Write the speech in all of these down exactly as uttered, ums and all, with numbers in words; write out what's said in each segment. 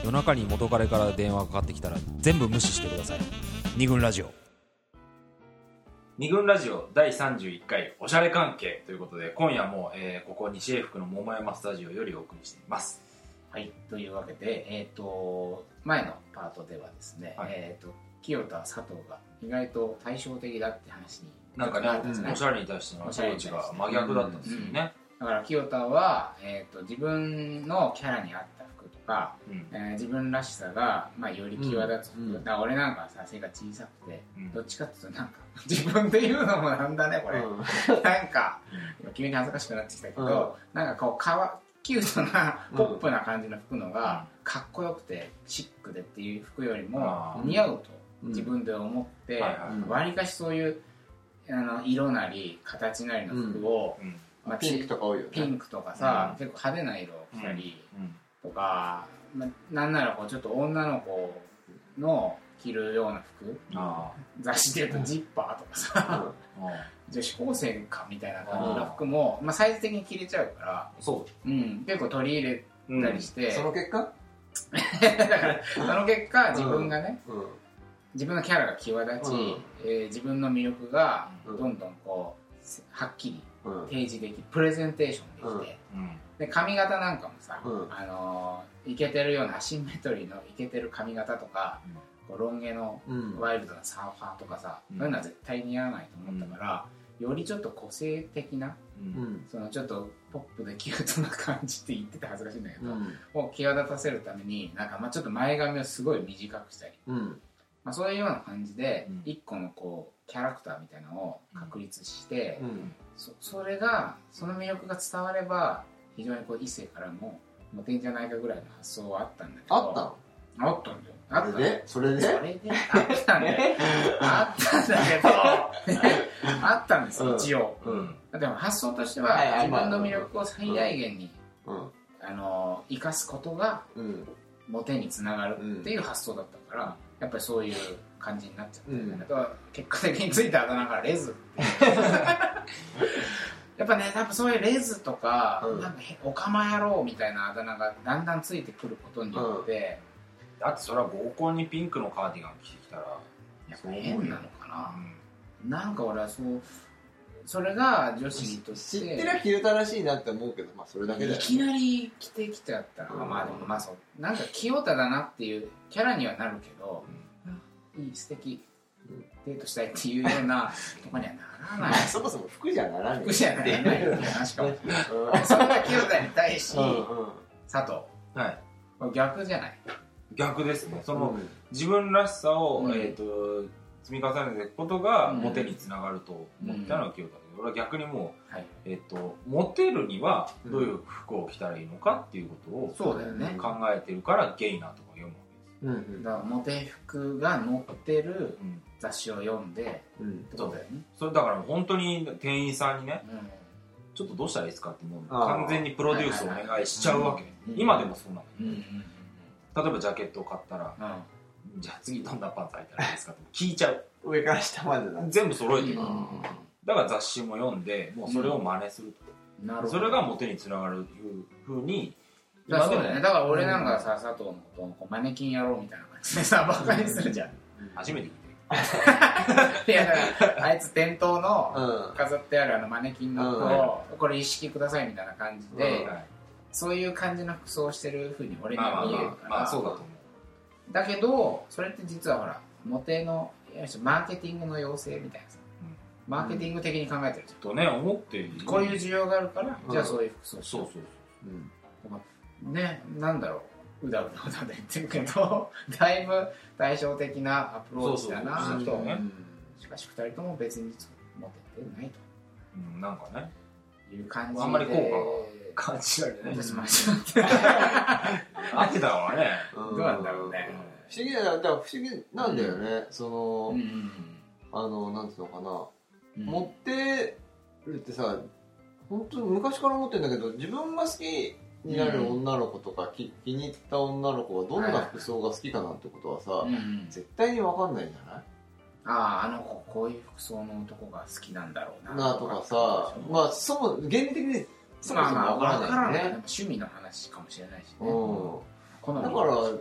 夜中に元彼から電話がかかってきたら全部無視してください。二軍ラジオ。 二軍ラジオだいさんじゅういっかいおしゃれ関係ということで、今夜も、えー、ここ西英福の桃山スタジオよりお送りしています。 はい、というわけで、えー、と前のパートではですね、はい、えー、と清田佐藤が意外と対照的だって話になんかね、うん、おしゃれに対してのアプローチが真逆だったんですよね、うんうん、 だから清田は、えー、と自分のキャラに合った服とか、うん、えー、自分らしさが、まあ、より際立つ服、うん、だから俺なんかさ背が小さくて、うん、どっちかっていうとなんか自分で言うのもなんだねこれ、うん、なんか急に恥ずかしくなってきたけど、うん、なんかこうかわキュートなポップな感じの服のがかっこよくてシックでっていう服よりも似合うと自分で思ってわりかしそういうあの色なり形なりの服を、うんまあ、ピンクとか多いよね。 ピンクとかさ、うん、結構派手な色を着たりとか、うんうん、まあ、なんならこうちょっと女の子の着るような服、あ雑誌でいうとジッパーとかさ、うん、女子高生かみたいな感じの服も、まあ、サイズ的に着れちゃうからそう、うん、結構取り入れたりして、 うん、その結果だからその結果自分がね、うんうん、自分のキャラが際立ち、うんえー、自分の魅力がどんどんこうはっきり提示できる、プレゼンテーションできて、うん、で髪型なんかもさ、うん、あのー、イケてるようなアシンメトリーのイケてる髪型とか、うん、ロン毛のワイルドなサーファーとかさ、うん、そういうのは絶対似合わないと思ったから、うん、よりちょっと個性的な、うん、そのちょっとポップでキュートな感じって言ってて恥ずかしいんだけど、うん、を際立たせるためになんかまあちょっと前髪をすごい短くしたり、うんまあ、そういうような感じで一個のこうキャラクターみたいなのを確立して、うん、そ, それがその魅力が伝われば非常にこう異性からもモテんじゃないかぐらいの発想はあったんだけど。 あったの？ あったんだよ。あったそれでそれでそれであったんだよあったんだけどあったんですよ、うん、一応、うん、でも発想としては自分の魅力を最大限に、うん、あの生かすことがモテにつながるっていう発想だったから、やっぱりそういう感じになっちゃったんだけど、うん、結果的についたあだ名がレズってやっぱね、やっぱそういうレズとか、うん、なんかオカマ野郎みたいなあだ名がだんだんついてくることによって、 うん、だってそれは合コンにピンクのカーディガン着てきたらやっぱ変なのかな、うん、なんか俺はそうそれが女子として知ってりゃ着れたらしいなって思うけど、まあそれだけだよ、ね、 いきなり着てきちゃったら、うん、まあでもまあそうなんか清田だなっていうキャラにはなるけど、うん、いい素敵デートしたいっていうようなとこにはならないそもそも服じゃならない服じゃならないっていう話かもしれないそんな清田に対し、うんうん、佐藤、はい、逆じゃない逆ですね。その、うん、自分らしさを、うん、えーと積み重ねていくことがモテにつながると思ったのが清田で、俺は逆にもう、はいえー、とモテるにはどういう服を着たらいいのかっていうことを考えてるからゲイナーとか読むわけです、 うんうん、だからモテ服が載ってる雑誌を読んで、うん、ってことだよね。 それだから本当に店員さんにね、うん、ちょっとどうしたらいいですかってもう完全にプロデュースをお願いしちゃうわけ、今でもそうなの、うんうんうん、例えばジャケットを買ったら、うんじゃあ次どんなパンツ履いたらいいですかって聞いちゃう。 上から下までだ全部揃えてる、うん、だから雑誌も読んでもうそれを真似すると、うん、それがモテにつながるふうに今でもだから俺なんかさ、うん、佐藤のことをこうマネキンやろうみたいな感じでさバカにするじゃん、うん、 初めて聞いてるいやだからあいつ店頭の飾ってあるあのマネキンの服を、うん、これ一式くださいみたいな感じで、うん、そういう感じの服装をしてるふうに俺には見えるから、 まあまあまあ、そうだと思う。 だけどそれって実はほらモテのマーケティングの要請みたいなさ、うん、マーケティング的に考えてるじゃん、 とね思ってるこういう需要があるから、うん、じゃあそういう服装しよう、 そうそうそう、 うん、ねなんだろううだうだうだで言ってるけどだいぶ対照的なアプローチだなと。そうそうそう、ね、しかしふたりとも別にモテてないと、 うん、なんかねいう感じであんまり効果が感じられない。 私間違って合ってたからね、 どうなんだろうね。 不思議だだから不思議なんだよね、うん、その、うんうん、あのなんていうのかな、うん、持ってるってさ本当に昔から思ってるんだけど自分が好きになる女の子とか、うん、気, 気に入った女の子がどんな服装が好きかなんてことはさ、はい、絶対に分かんないんじゃない？ ああ、あの子こういう服装の男が好きなんだろうななとかさ、まあそも原理的にそもそも分からないよね、 まあまあ、趣味の話かもしれないしね、 うん、だから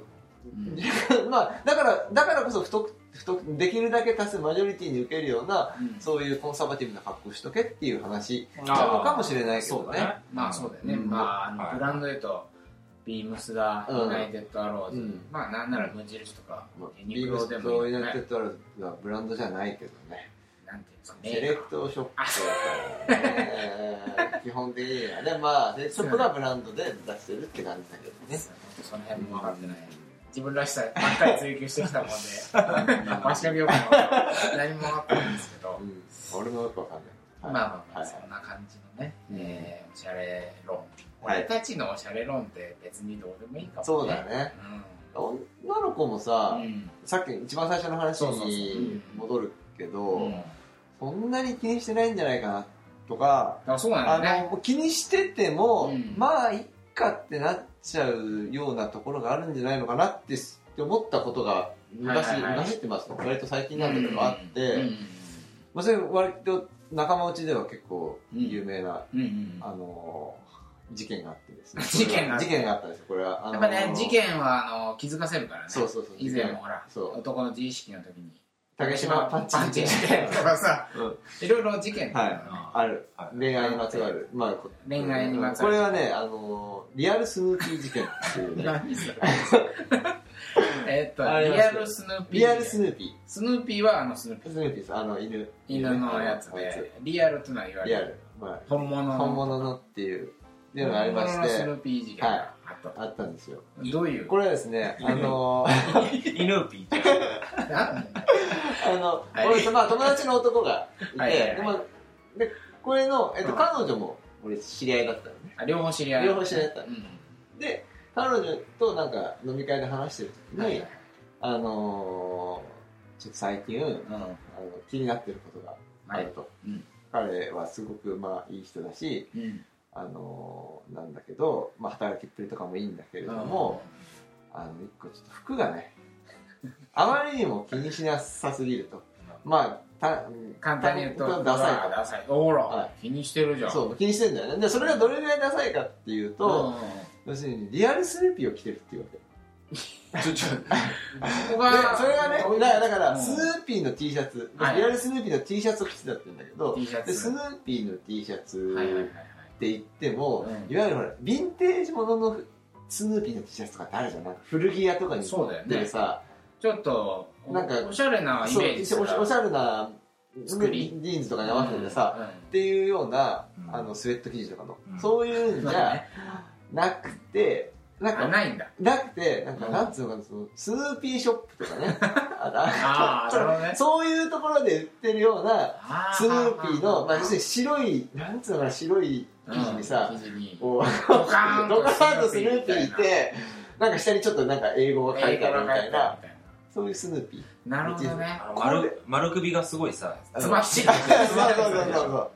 うん、まあだからだからこそ不特不特できるだけ多数マジョリティに受けるような、うん、そういうコンサバティブな格好しとけっていう話なのかもしれないけどね。 ねまあそうだよね、うん、まああの、はい、ブランドで言うとビームスだ、ユナイテッドアローズ、うん、まあなんなら無印とか、 まあ、ユニクロでもいい、ね、ビームスとユナイテッドアローズはブランドじゃないけどね。 なんていうんですかね。 セレクトショップだからね。基本的にはね、まあセレクトショップがブランドで出してるって感じだけどね。 その辺も分かってない。自分らしさばっかり追求してきたもんで、マシカビオカの何も分かってないんですけど、 うん、俺もよく分かんない。 まあまあまあ、はい、そんな感じのね、うんえー、おしゃれ論。俺たちのおしゃれ論って別にどうでもいいかもね。 そうだね。うん、女の子もさ、うん、さっき一番最初の話に戻るけど、うん、そんなに気にしてないんじゃないかなとか、 あ、そうなんだね、 あの気にしてても、うん、まあいっかってなっちゃうようなところがあるんじゃないのかなってって思ったことが昔、はいはいはい、昔ってますね、割と最近なんだけどあって、うんうん、まあ、それ割と仲間内では結構有名な、うんうん、あの事件があってですね。 事件が事件があったんですよ。これは、 あのー、やっぱね、事件はあの気づかせるからね。 そうそうそう。 以前もほら、男の自意識の時に竹島パンチ事件とかさ、いろいろ事件が、ね、はい、ある。恋愛にまつわる。まあ、 恋愛にまつわる。 これはね、あのー、リアルスヌーピー事件っていうね。 何それえっと、リアルスヌーピー。 リアルスヌーピー。 スヌーピーはあのスヌーピー。 スヌーピーです。あの犬。 犬のやつで、リアルってのは言われる。 リアル。まあ、 本物の。 本物のっていう。っていうのがありまして、 本物のスヌーピー事件があった、 はい、あったんですよ。 どういう？ これはですね、あのー、 イヌーピーあの、俺とまあ友達の男がいて、はいはいはい、でまあ、でこれの、えっと、彼女も俺知り合いだったのね。 あ、両方知り合い。 両方知り合いだったの、うん。で、彼女となんか飲み会で話してる時に、はいはい、あのー、ちょっと最近、うん、あの気になってることがあると。はい、うん、彼はすごくまあいい人だし、うん、あのー、なんだけど、まあ、働きっぷりとかもいいんだけれども、あの一個ちょっと服がねあまりにも気にしなさすぎると、まあた簡単に言うとダサいと。 ダサい。ほら、はい、気にしてるじゃん。 そう気にしてるんだよね。でそれがどれぐらいダサいかっていうと、要するにリアルスヌーピーを着てるっていうわけ。ちょちょそれがね、だだからスヌーピーの T シャツ、リアルスヌーピーの T シャツを着てたって言うんだけど、でスヌーピーの T シャツって言っても、いわゆるほらヴィンテージもののスヌーピーの T シャツとかってあるじゃん。なんか古着屋とかに売ってるさ、 ちょっとなんかおしゃれなイメージ、 おしゃれな作りジーンズとかに合わせてさ、っていうようなあのスウェット生地とかの、そういうんじゃなくて。なんかないんだ。 なくて、なんか、なんつうのかな、その、スヌーピーショップとかね。 ああ、ね、 そういうところで売ってるような、スヌーピーの、まあ、要するに白い、なんつうのかな、白い生地にさ、こう、ドカーンとスヌーピーいて、なんか下にちょっとなんか英語が書いてあるみたいな、そういうスヌーピー。なるほどね。 丸、丸首がすごいさ、 つまっちり。 そうそうそうそう。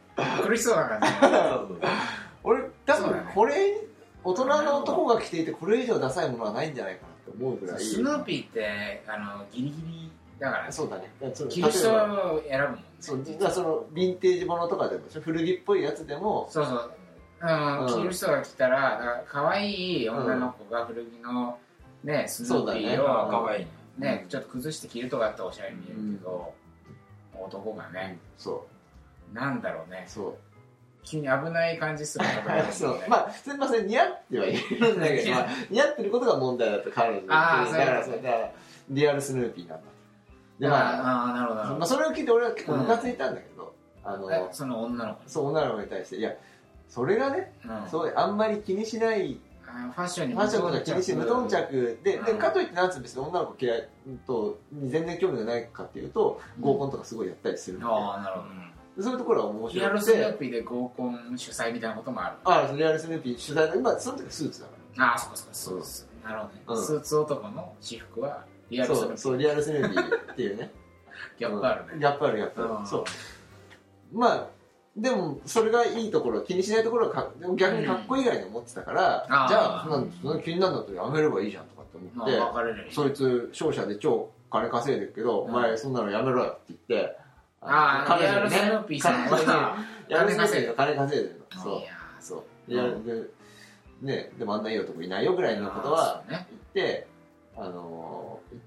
苦しそうな感じ。 俺、多分これ、大人の男が着ていてこれ以上ダサいものはないんじゃないかなって思うぐらい。 スヌーピーってあのギリギリだから、ね、 そうだね。 着る人を選ぶもんね。 そう実はそのヴィンテージものとかでも古着っぽいやつでもそうそう、うん、着る人が来たらだから可愛い女の子が古着のねスヌーピーを可愛いねちょっと崩して着るとかっておしゃれに見えるけど、うん、男がね、 そうなんだろうね。 そう急に危ない感じすることがそう、まあすみません似合ってはいるんだけど、まあ、似合ってることが問題だと彼女ああだからそうだからリアルスヌーピーなんだでまああなるほど、 まあ、それを聞いて俺は結構ムカついたんだけど、うん、あのその女の子そう女の子に対していやそれがね、うん、そうあんまり気にしないファッションに無頓着無頓着で、うん、でかといってなんつう別に女の子嫌いと全然興味がないかっていうと、うん、合コンとかすごいやったりするんで、 ああなるほど、 そういうところは面白い。 リアルスヌーピーで合コン主催みたいなこともある。 ああ、リアルスヌーピー主催で、今その時はスーツだから。ああ、そうかそうか、スーツ。なるほどね。スーツ男の私服はリアルスヌーピー。 そう、リアルスヌーピーっていうね。 ギャップあるね。 ギャップあるギャップある。そう。まあ、でも、それがいいところ、気にしないところはか、でも逆にかっこいいぐらいに思ってたから、じゃあ、そんな気になるんだったらやめればいいじゃんとかって思って、そいつ、商社で超金稼いでるけど、お前そんなのやめろよって言って、 ああ、リアルスヌーピーさんは金稼いでる金稼いでるの。そう。そう。リアルで、ね、でもあんないい男いないよぐらいのことは言って、あの、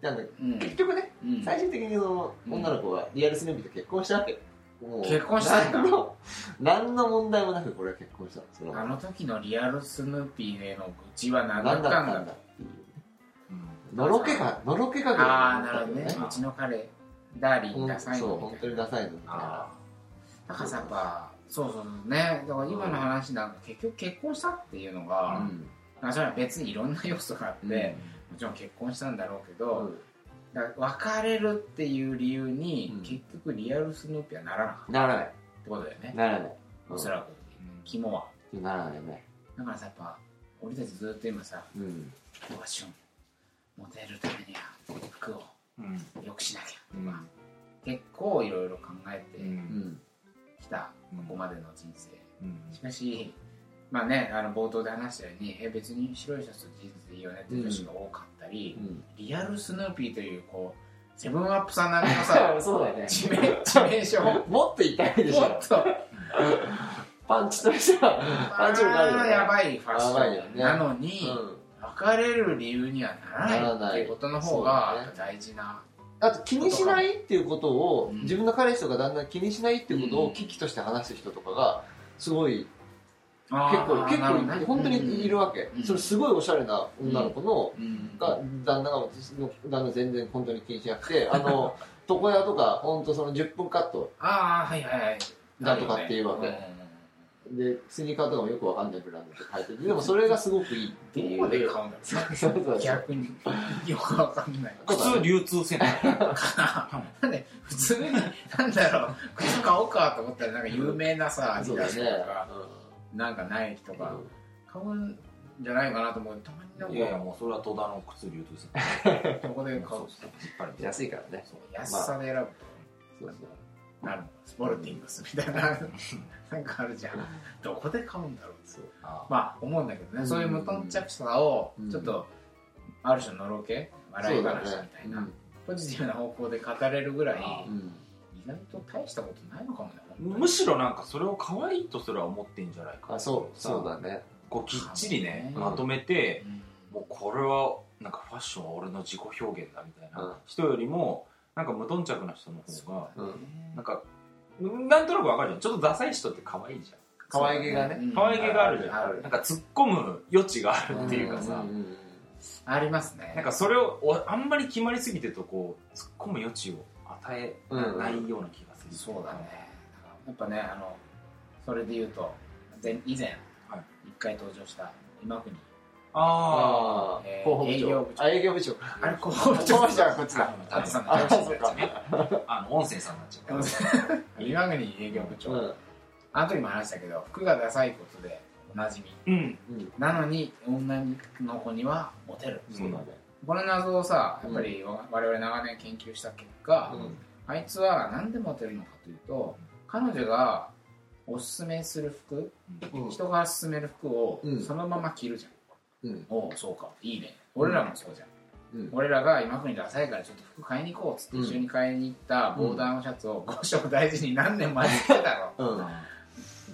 たんだけど、うん、結局ね、うん、最終的にその女の子はリアルスヌーピーと結婚したわけ。 もう結婚したんだ。 何の何の問題もなくこれは結婚したの。あの時のリアルスヌーピーへの愚痴は何だったんだ。何だったんだっていう、 うん、のろけがのろけがああなるほどね。うちの彼ダーリンダサいのみたいな。そう本当にダサいのみたいな。 だからさやっぱそうそうね。だから今の話なんか結局結婚したっていうのが、うん、それは別にいろんな要素があって、うん、もちろん結婚したんだろうけど、うん、だから別れるっていう理由に、うん、結局リアルスヌーピーはならなかったならないってことだよね。 ならない、 おそらく、うん、肝はならないね。 だからさやっぱ俺たちずっと今さ、うん、ファッションモテるためには服を良くしなきゃとか、うん、結構いろいろ考えてきた、うん、ここまでの人生、うん、しかしまあね、あの冒頭で話したようにえ別に白いシャツジーンズでいいよねっていう人が多かったり、うん、リアルスヌーピーというこうセブンアップさん並みのさそうだ、ね、 致命致命傷もっと痛いでしょ。もっとパンチとしてはパンチ力あるよね。 やばいファッション、ね、なのに、うん、別れる理由にはならないっていうことの方が大事な。 あと気にしないっていうことを、うん、自分の彼氏とか旦那気にしないっていうことを危機として話す人とかがすごい結構結構、ね、本当にいるわけ、うん、それすごいおしゃれな女の子の、うん、が旦那が旦那全然本当に気にしなくてあの床屋とか本当そのじゅっぷんカットだとかっていうわけ、でスニーカーとかもよくわかんないブランドって書いててでもそれがすごくいいっていう。 どこで買うんだろう逆によくわかんない。 普通流通せないなんで普通になんだろう靴買おうかと思ったらなんか有名なさアディダスとかなんかない人が買うんじゃないかなと思う。たまになんかいやいやもうそれは戸田の靴流通せないどこで買う安いからね。 安さで選ぶとそうそうなるスポルティングスみたいななんかあるじゃん。どこで買うんだろうってあまあ思うんだけどね、うん、そういう無頓着さをちょっとある種のろけ笑い話みたいな、ねうん、ポジティブな方向で語れるぐらい、うん、意外と大したことないのかもね。 むしろなんかそれを可愛いとすら思ってんじゃないか。 あそうそうだね。 こうきっちりね、まとめて、うん、もうこれはなんかファッションは俺の自己表現だみたいな人よりもなんか無頓着な人の方が、うん、なんかなんとなくわかるじゃん。ちょっとダサい人って可愛いじゃん。 可愛げがね、 可愛げがあるじゃん。なんか突っ込む余地があるっていうかさ、 ありますね。 なんかそれをあんまり決まりすぎてるとこう突っ込む余地を与えないような気がする。 そうだね。やっぱねあのそれで言うと前以前一回登場した今国。 ああ、えー、営業部長。あ、営業部長。 あれ、広報部長。 こっちだ。 あ、さんの上司ですね。 あの、音声さんになっちゃう。 今国営業部長。うん、あの時も話したけど、服がダサいことでおなじみ。うん。なのに、女の子にはモテる。 そうだね。 この謎をさ、やっぱり我々長年研究した結果、うん、あいつはなんでモテるのかというと、彼女がおすすめする服、うん、人が勧める服をそのまま着るじゃん。うん、おうそうかいいね。俺らもそうじゃん、うん、俺らが今国ダサいからちょっと服買いに行こうっつって一緒に買いに行ったボーダーのシャツをご色大事に何年前に着てたろ、うん、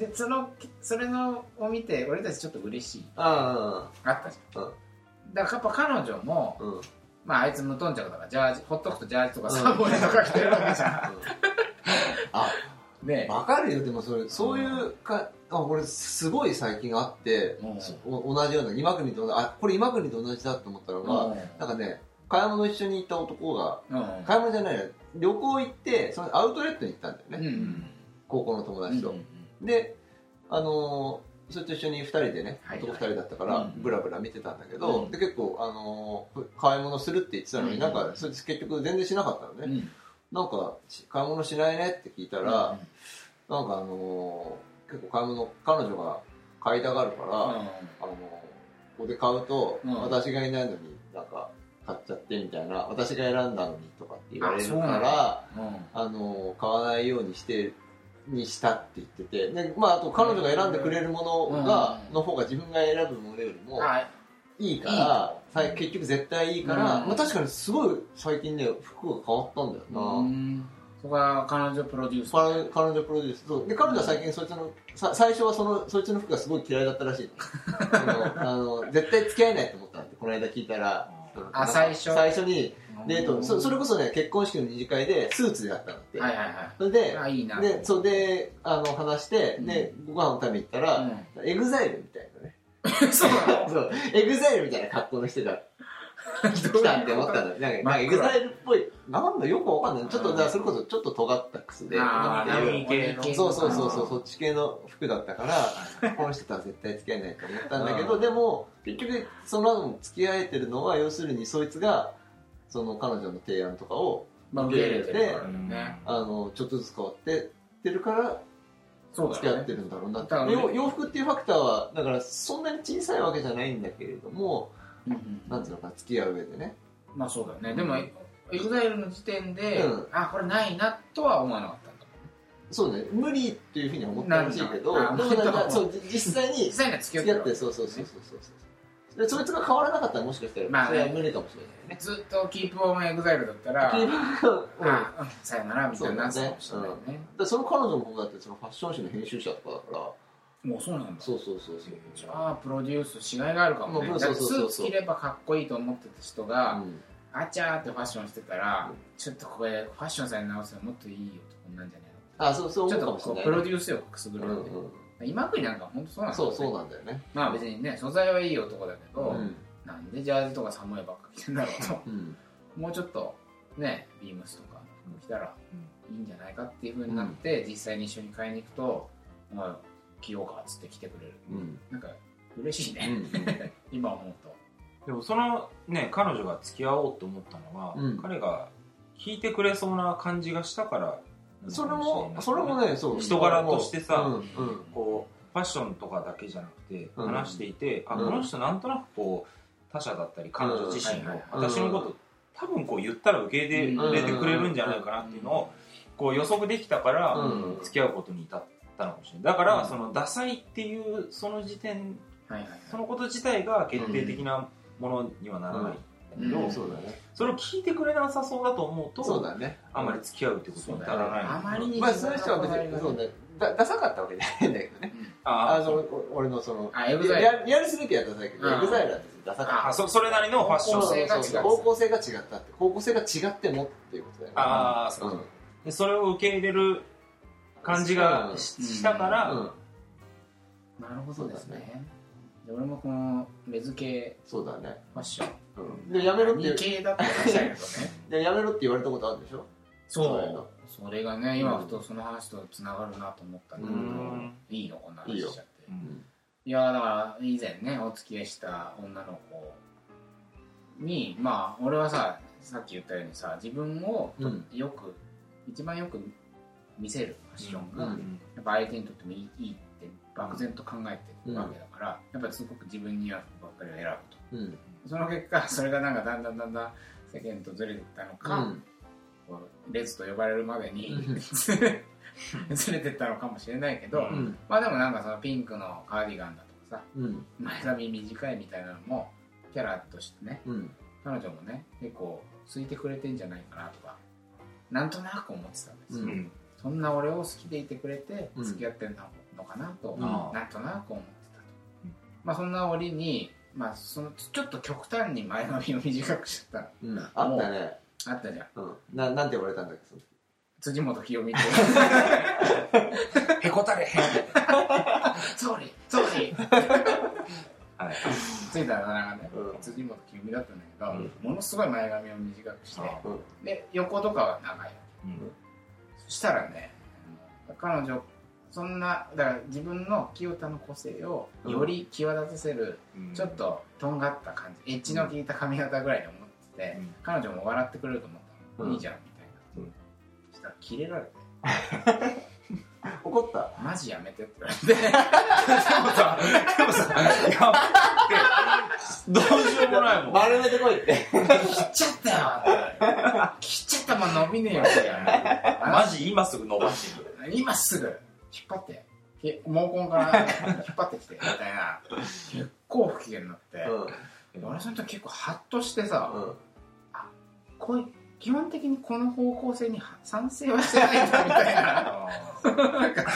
でそのそれのを見て俺たちちょっと嬉しいあったじゃん、うん、だからやっぱ彼女も、うん、まああいつ無頓着だからジャージほっとくとジャージとかサボネとか着てるわけじゃん、うん、 あね分かるよ。でもそれそういうか、あ俺すごい最近あって、うん、同じような今国とあこれ今国と同じだと思ったのが、うん、なんかね買い物一緒に行った男が、うん、買い物じゃないよ旅行行ってそのアウトレットに行ったんだよね、うん、高校の友達と、うん、であのー、それと一緒にふたりでね、はいはい、男ふたりだったからブラブラ見てたんだけど、うん、で結構、あのー、買い物するって言ってたのに、うん、なんかそれ結局全然しなかったのね、うんなんか買い物しないねって聞いたら、うん、なんかあのー、結構買い物彼女が買いたがるから、うん、あのー、ここで買うと、うん、私がいないのになんか買っちゃってみたいな私が選んだのにとかって言われるから、うん、あのー、買わないようにしてにしたって言っててで、まあ、あと彼女が選んでくれるものが、うん、の方が自分が選ぶものよりも、いいから、いい結局絶対いいから、うんまあ、確かにすごい最近ね服が変わったんだよな。うんそこが彼女プロデュース彼女プロデュースそうで彼女は最近そいつのさ最初はそのそいつの服がすごい嫌いだったらしいあのあの絶対付き合えないと思ったんでこの間聞いたらあ最初最初にデート そ, それこそね結婚式の二次会でスーツでやったんだって。 はいはいはい。 それであいいなでそれであの話して、うん、でご飯を食べに行ったら、うん、エグザイルみたいなねそうなのそうエグザイルみたいな格好の人が来たって思ったんだ。なんかエグザイルっぽいなんだよくわかんないちょっとだからそれこそちょっと尖った靴であー系のそうそうそうそうそっち系の服だったからこの人とは絶対付き合えないと思ったんだけどでも結局その後も付き合えてるのは要するにそいつがその彼女の提案とかを受け入れて、ね、あのちょっとずつ変わってってるから付き合ってるんだろうなって、ね、洋服っていうファクターはだからそんなに小さいわけじゃないんだけれども、うんうん、なんていうのか付き合う上でねまあそうだよね、うん、でもエグザイルの時点で、うん、あこれないなとは思わなかったんだもんね。 そうね無理っていうふうには思ったらしいけどでもなんかそう実際に実際には付き合ってそうそうそうそうそうでそいつが変わらなかったらもしかしたら、まあね、それは無理かもしれないね。 ずっとキープオンエグザイルだったら、キープオン、うん、あさよならみたいになってたかもしれないね。 うん、その彼女の方だってそのファッション誌の編集者とかだから、 もうそうなんだ。 そうそうそうそう。 じゃあプロデュースしがいがあるかもね。だってスーツ着ればかっこいいと思ってた人が、うん、あちゃーってファッションしてたら、うん、ちょっとこれファッションさえ直せばもっといい男なんじゃないの？ あそうそう思うかもしれない。 ちょっとプロデュースをくすぐるんで。今国なんか本当そうなんだよね。 そうそうなんだよね。 まあ別にね素材はいい男だけど。うんなんでジャージとか寒いばっか着てんだろうと、うん、もうちょっとねビームスとか着たらいいんじゃないかっていう風になって、うん、実際に一緒に買いに行くと、まあ、着ようかっつって着てくれる、うん、なんか嬉しいね、うん、今思うと。 でもそのね彼女が付き合おうと思ったのは、うん、彼が聞いてくれそうな感じがしたからそれもそれもねそう人柄としてさ、うんうん、こうファッションとかだけじゃなくて話していて、うん、あこの人なんとなくこう他者だったり彼女自身も私のこと多分こう言ったら受け入れてくれるんじゃないかなっていうのをこう予測できたから付き合うことに至ったのかもしれない。だからそのダサいっていうその時点そのこと自体が決定的なものにはならないけどそれを聞いてくれなさそうだと思うとそうだねあまり付き合うってことに至らない。 あまりにまあそういう人は別にそうねダサかったわけじゃないんだけどね。ああその俺のそのリアルすべきはダサいけどエグザイルは別にダサかった。 あ そ, それなりのファッション性が違った方向性が違ったって方向性が違ってもっていうことだよね。 ああそう、うん、でそれを受け入れる感じがしたから、うんうん、 なるほどですね。で俺もこのレズ系そうだねファッション、 うん、でやめろって系だったらしたけどねでやめろって言われたことあるでしょ。 そうそれがね今ふとその話とつながるなと思ったんだけど、うん、いいのこんな話しちゃって。いい、うん、いやだから以前ねお付き合いした女の子にまあ俺はささっき言ったようにさ自分をよく、うん、一番よく見せるファッションが、うん、やっぱ相手にとってもいい、いいって漠然と考えてるわけだから、うん、やっぱりすごく自分に合う服ばっかりを選ぶと、うん、その結果それがなんかだんだんだんだん世間とずれていったのか、うんレズと呼ばれるまでにずれてったのかもしれないけど、うん、まあでもなんかそのピンクのカーディガンだとかさ、うん、前髪短いみたいなのもキャラとしてね、うん、彼女もね結構好いてくれてんじゃないかなとかなんとなく思ってたんですよ、うん、そんな俺を好きでいてくれて付き合ってんのかなと、うん、なんとなく思ってたと、うん、まあそんな折に、まあ、そのちょっと極端に前髪を短くしちゃった、 うん、あったねあったじゃん、 うん、な, なんて言われたんだっけその時辻本清美ってへこたれへんソーリーソーリーはいついたあだ名がね、うん、辻本清美だったんだけど、うん、ものすごい前髪を短くして、うん、で横とかは長い、うん、そしたらね彼女そんなだから自分の清田の個性をより際立たせる、うん、ちょっととんがった感じエッジの効いた髪型ぐらいで思ってて、うん、彼女も笑ってくれると思ったの、うん、いいじゃんみたいな、うん、そしたらキレられて怒ったマジやめてって言われてでもさでもさやめてどうしようもないもん丸めてこいって切っちゃったよ切っちゃったもん伸びねえよマジ今すぐ伸ばしてくる今すぐ引っ張って毛根から引っ張ってきてみたいな結構不機嫌になって、うん、俺その時結構ハッとしてさ、うん、あこういう基本的にこの方向性に賛成はしてないんだみたいななんか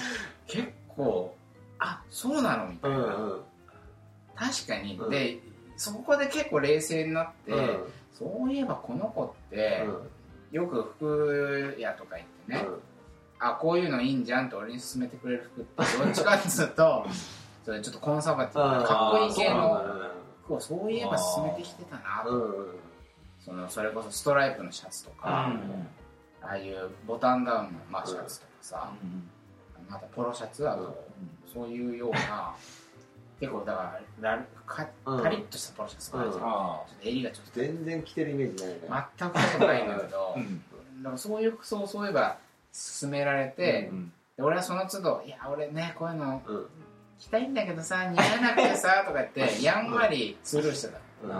結構あそうなのみたいな、うんうん、確かに、うん、でそこで結構冷静になって、うん、そういえばこの子って、うん、よく服屋とか行ってね、うん、あこういうのいいんじゃんって俺に勧めてくれる服ってどっちかっていうとそれちょっとコンサバティブなかっこいい系の服をそういえば勧めてきてたなと、うん、そのそれこそストライプのシャツとか、うん、ああいうボタンダウンの、まあ、シャツとかさ、うん、またポロシャツはこう、うん、そういうような結構だからラカカリッとしたポロシャツがあるじゃん、うん、ちょっと襟がちょっと全然着てるイメージないね全くことないんだけど、うん、だからそういう服装をそういえば勧められて、うん、で俺はその都度いや俺ねこういうの着たいんだけどさ似合わなくてさとか言ってやんわりスルーしてた、うん、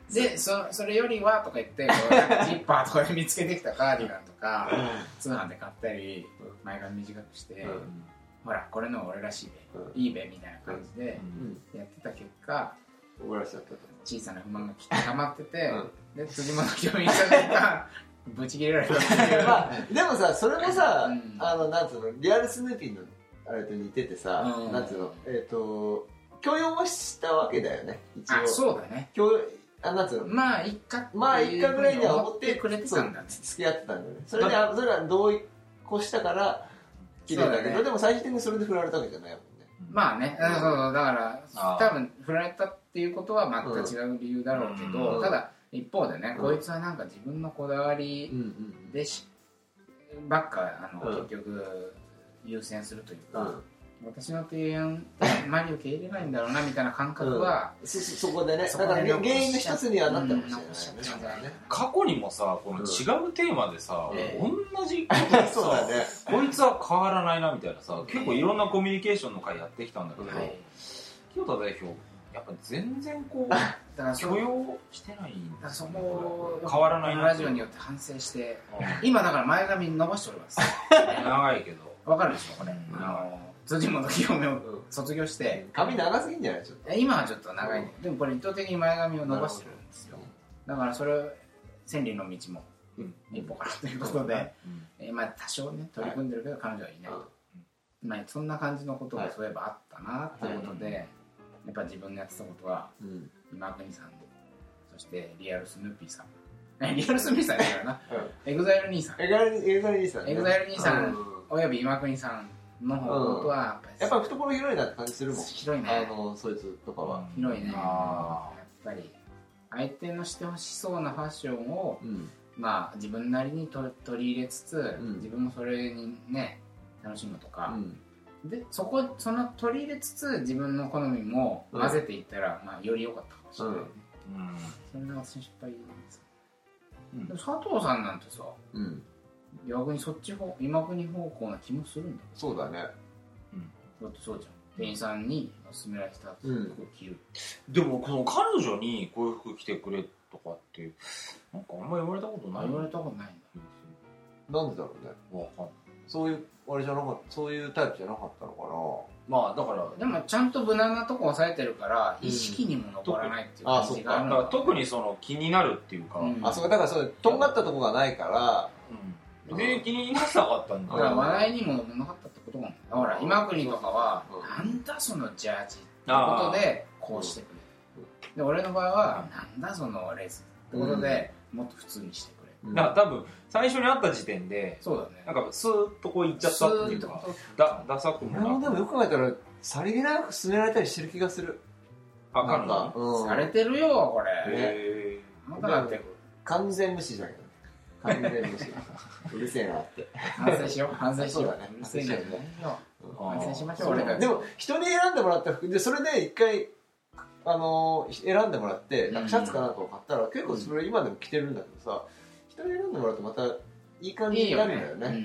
で そ, それよりはとか言ってこうジッパーとかで見つけてきたカーディガンとか通販で買ったり前髪短くして、うん、ほらこれの俺らしいべ、うん、いいべみたいな感じでやってた結果、 うん、 小さな不満が溜まってて、うん、で辻本清美さんがブチ切れられたっていう、 まあ、でもさそれもさ、うん、あのなんつうのリアルスヌーピーのあれと似ててさ、うん、なんつうのえっ、ー、と許容はしたわけだよね一応。 あそうだね許あなんつうのまあ一回まあ一回ぐらいには思ってくれてたんだね付き合ってたんだよね。それでそれは同意越したから切れたけど、ね、でも最終的にそれで振られたわけじゃないもんね。 まあね、うん、そうそうだから多分振られたっていうことは全く違う理由だろうけど、うん、ただ一方でね、うん、こいつはなんか自分のこだわりでし、うんうん、ばっかあの、うん、結局優先するというか、うん、私の提案マリを受け入れないんだろうなみたいな感覚は、 うん、そ, そこでねだから原因の一つにはなったかもしれないね、 うん、過去にもさこの違うテーマでさ、うん、同じことでさそうだ、ね、 こいつは変わらないなみたいなさ結構いろんなコミュニケーションの会やってきたんだけど、うんはい、清田代表やっぱ全然こうだから許容してないんだ、 そこ変わらないなラジオによって反省して、うん、今だから前髪伸ばしております長いけどわかるでしょこれ、うん、あの辻本清美を卒業して、 うん、髪長すぎんじゃないちょっと今はちょっと長い、うん、でもこれ意図的に前髪を伸ばしてるんですよ、だからそれを千里の道も一歩からということで、うんえー、まあ多少ね取り組んでるけど彼女はいない、うんまあ、そんな感じのことがそういえばあったなっていうことで、はいはいやっぱ自分のやってたことは、うん、今国さんそしてリアルスヌーピーさんリアルスヌーピーさんだからな、うん、エグザイル兄さんエグザイル兄さん、ね、 エグザイル兄さん、うん、および今国さんの方とはやっぱり、 やっぱ懐広いなって感じするもん広いねあのそいつとかは広いねあやっぱり相手のしてほしそうなファッションを、うん、まあ自分なりにと取り入れつつ、うん、自分もそれにね楽しむとか、うんでそこその取り入れつつ自分の好みも混ぜていったら、うんまあ、より良かったかもしれないね、うん、それが私の失敗です、うん、でも佐藤さんなんてさ、うん、逆にそっち方今国方向な気もするんだそうだね、 うん、だってそうじゃん店員さんに勧められた服を着る、 うん、でもこの彼女にこういう服着てくれとかってなんかあんま言われたことない言われたことないんだなんでだろうねわかんないそういうあれじゃなかったそういうタイプじゃなかったのかなまあだからでもちゃんと無難なとこ押さえてるから意識にも残らないっていう感じがある、 うん、あそうか特にその気になるっていうか、 うん、あそうだからそうとんがったとこがないから、 うん、で気にならなかったんだだから話題にもなかったってことかもだから今国とかは、うん、なんだそのジャージってことでこうしてくれるで俺の場合はなんだそのレースってことで、うん、もっと普通にしてくれだから多分最初に会った時点でそうだねなんかスーッとこういっちゃったっていうかだダサくもなくでもよく考えたらさりげなく勧められたりしてる気がするあなんか、 うん、されてるよこれへぇー完全無視じゃん完全無視うるせえなって反省しよう反省しよう、 ね、 うるせえなって反省しましょう俺でも人に選んでもらった服でそれで一回あのー、選んでもらってなんかシャツかなんかを買ったら、うん、結構それ今でも着てるんだけどさ人に選んでもらうとまたいい感じになるんだよね。いいよね、うん、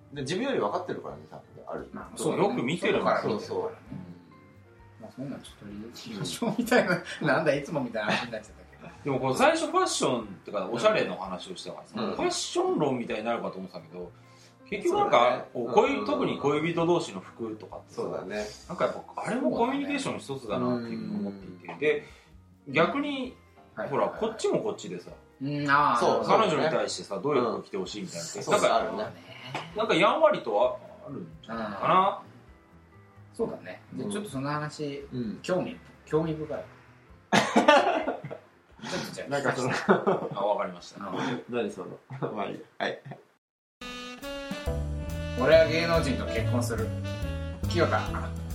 で自分より分かってるからね多分ある。 まあ、そうよく見てるからそうそう。まあそんなんちょっと取り入れましょうみたいななんだいつもみたいな話になっちゃったけど。 でもこの最初ファッションってかおしゃれの話をしてからさ、うん、ファッション論みたいになるかと思ってたけど。結局なんか、ね、恋特に恋人同士の服とかってさ、 そうだね、 なんかやっぱあれもコミュニケーションの一つだなっていうふうに思っていて、で逆に、はい、ほらこっちもこっちでさ、 うんあそう彼女に対してさどういう服着てほしいみたいなって、うん、なんかあるね、なんかやんわりとあるんじゃないかな。 そうだね。でちょっとその話、うん、興味興味深い。 ちょっとじゃあなんかそのあ、わかりました。 何そのまあいいはい。 俺は芸能人と結婚する。清田。